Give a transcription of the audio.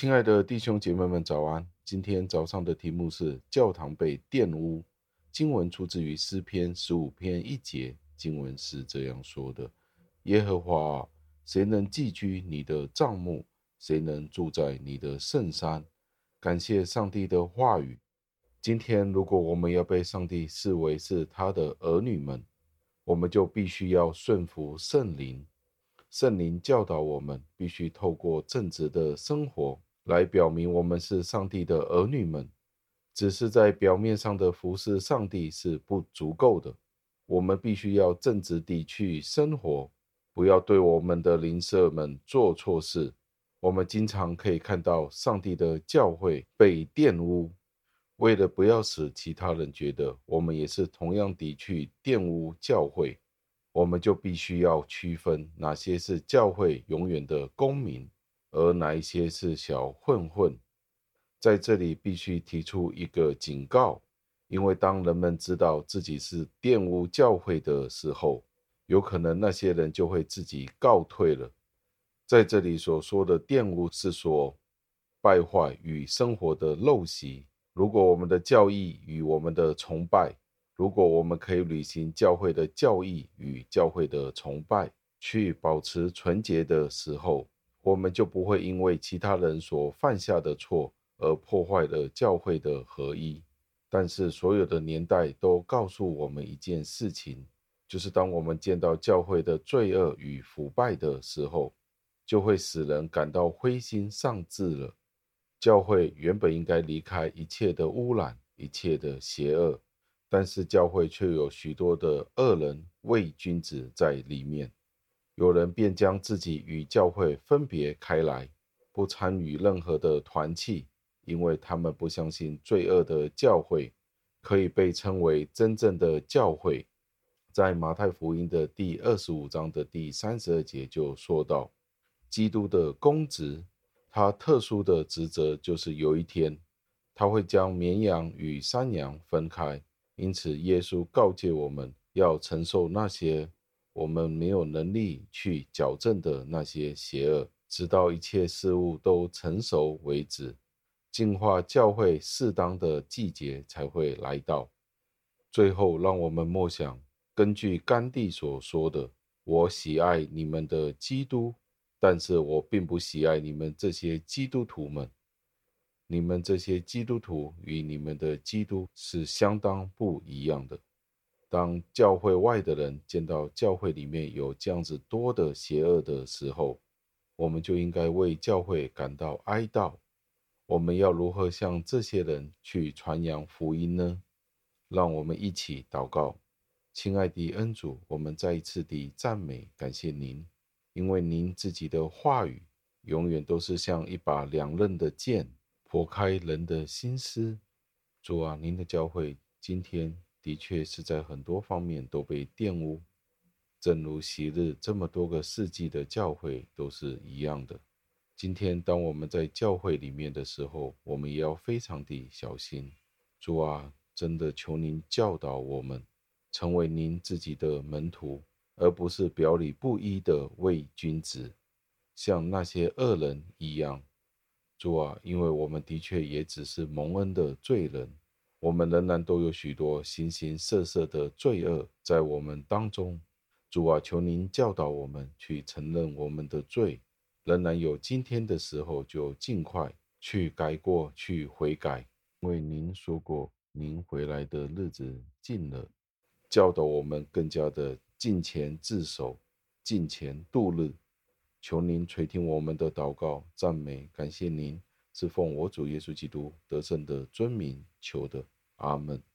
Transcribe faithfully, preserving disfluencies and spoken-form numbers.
亲爱的弟兄姐妹们，早安！今天早上的题目是教堂被玷污。经文出自于诗篇十五篇一节，经文是这样说的：耶和华啊，谁能寄居你的帐幕？谁能住在你的圣山？感谢上帝的话语。今天，如果我们要被上帝视为是他的儿女们，我们就必须要顺服圣灵。圣灵教导我们，必须透过正直的生活来表明我们是上帝的儿女们。只是在表面上的服侍上帝是不足够的，我们必须要正直地去生活，不要对我们的邻舍们做错事。我们经常可以看到上帝的教会被玷污，为了不要使其他人觉得我们也是同样地去玷污教会，我们就必须要区分哪些是教会永远的公民，而哪一些是小混混。在这里必须提出一个警告，因为当人们知道自己是玷污教会的时候，有可能那些人就会自己告退了。在这里所说的玷污是说败坏与生活的陋习。如果我们的教义与我们的崇拜，如果我们可以履行教会的教义与教会的崇拜，去保持纯洁的时候，我们就不会因为其他人所犯下的错而破坏了教会的合一。但是所有的年代都告诉我们一件事情，就是当我们见到教会的罪恶与腐败的时候，就会使人感到灰心丧志了。教会原本应该离开一切的污染，一切的邪恶，但是教会却有许多的恶人伪君子在里面。有人便将自己与教会分别开来，不参与任何的团契，因为他们不相信罪恶的教会可以被称为真正的教会。在马太福音的第二十五章的第三十二节就说到，基督的公职，他特殊的职责就是有一天他会将绵羊与山羊分开，因此耶稣告诫我们要承受那些我们没有能力去矫正的那些邪恶，直到一切事物都成熟为止。净化教会适当的季节才会来到。最后让我们默想，根据甘地所说的，我喜爱你们的基督，但是我并不喜爱你们这些基督徒们。你们这些基督徒与你们的基督是相当不一样的。当教会外的人见到教会里面有这样子多的邪恶的时候，我们就应该为教会感到哀悼。我们要如何向这些人去传扬福音呢？让我们一起祷告。亲爱的恩主，我们再一次地赞美感谢您，因为您自己的话语永远都是像一把两刃的剑，剖开人的心思。主啊，您的教会今天的确是在很多方面都被玷污，正如昔日这么多个世纪的教会都是一样的。今天当我们在教会里面的时候，我们也要非常的小心。主啊，真的求您教导我们，成为您自己的门徒，而不是表里不一的伪君子，像那些恶人一样。主啊，因为我们的确也只是蒙恩的罪人，我们仍然都有许多形形色色的罪恶在我们当中。主啊，求您教导我们去承认我们的罪，仍然有今天的时候就尽快去改过，去悔改。因为您说过，您回来的日子近了，教导我们更加的敬虔自守，敬虔度日。求您垂听我们的祷告、赞美、感谢您，是奉我主耶稣基督得胜的尊名求的。阿们。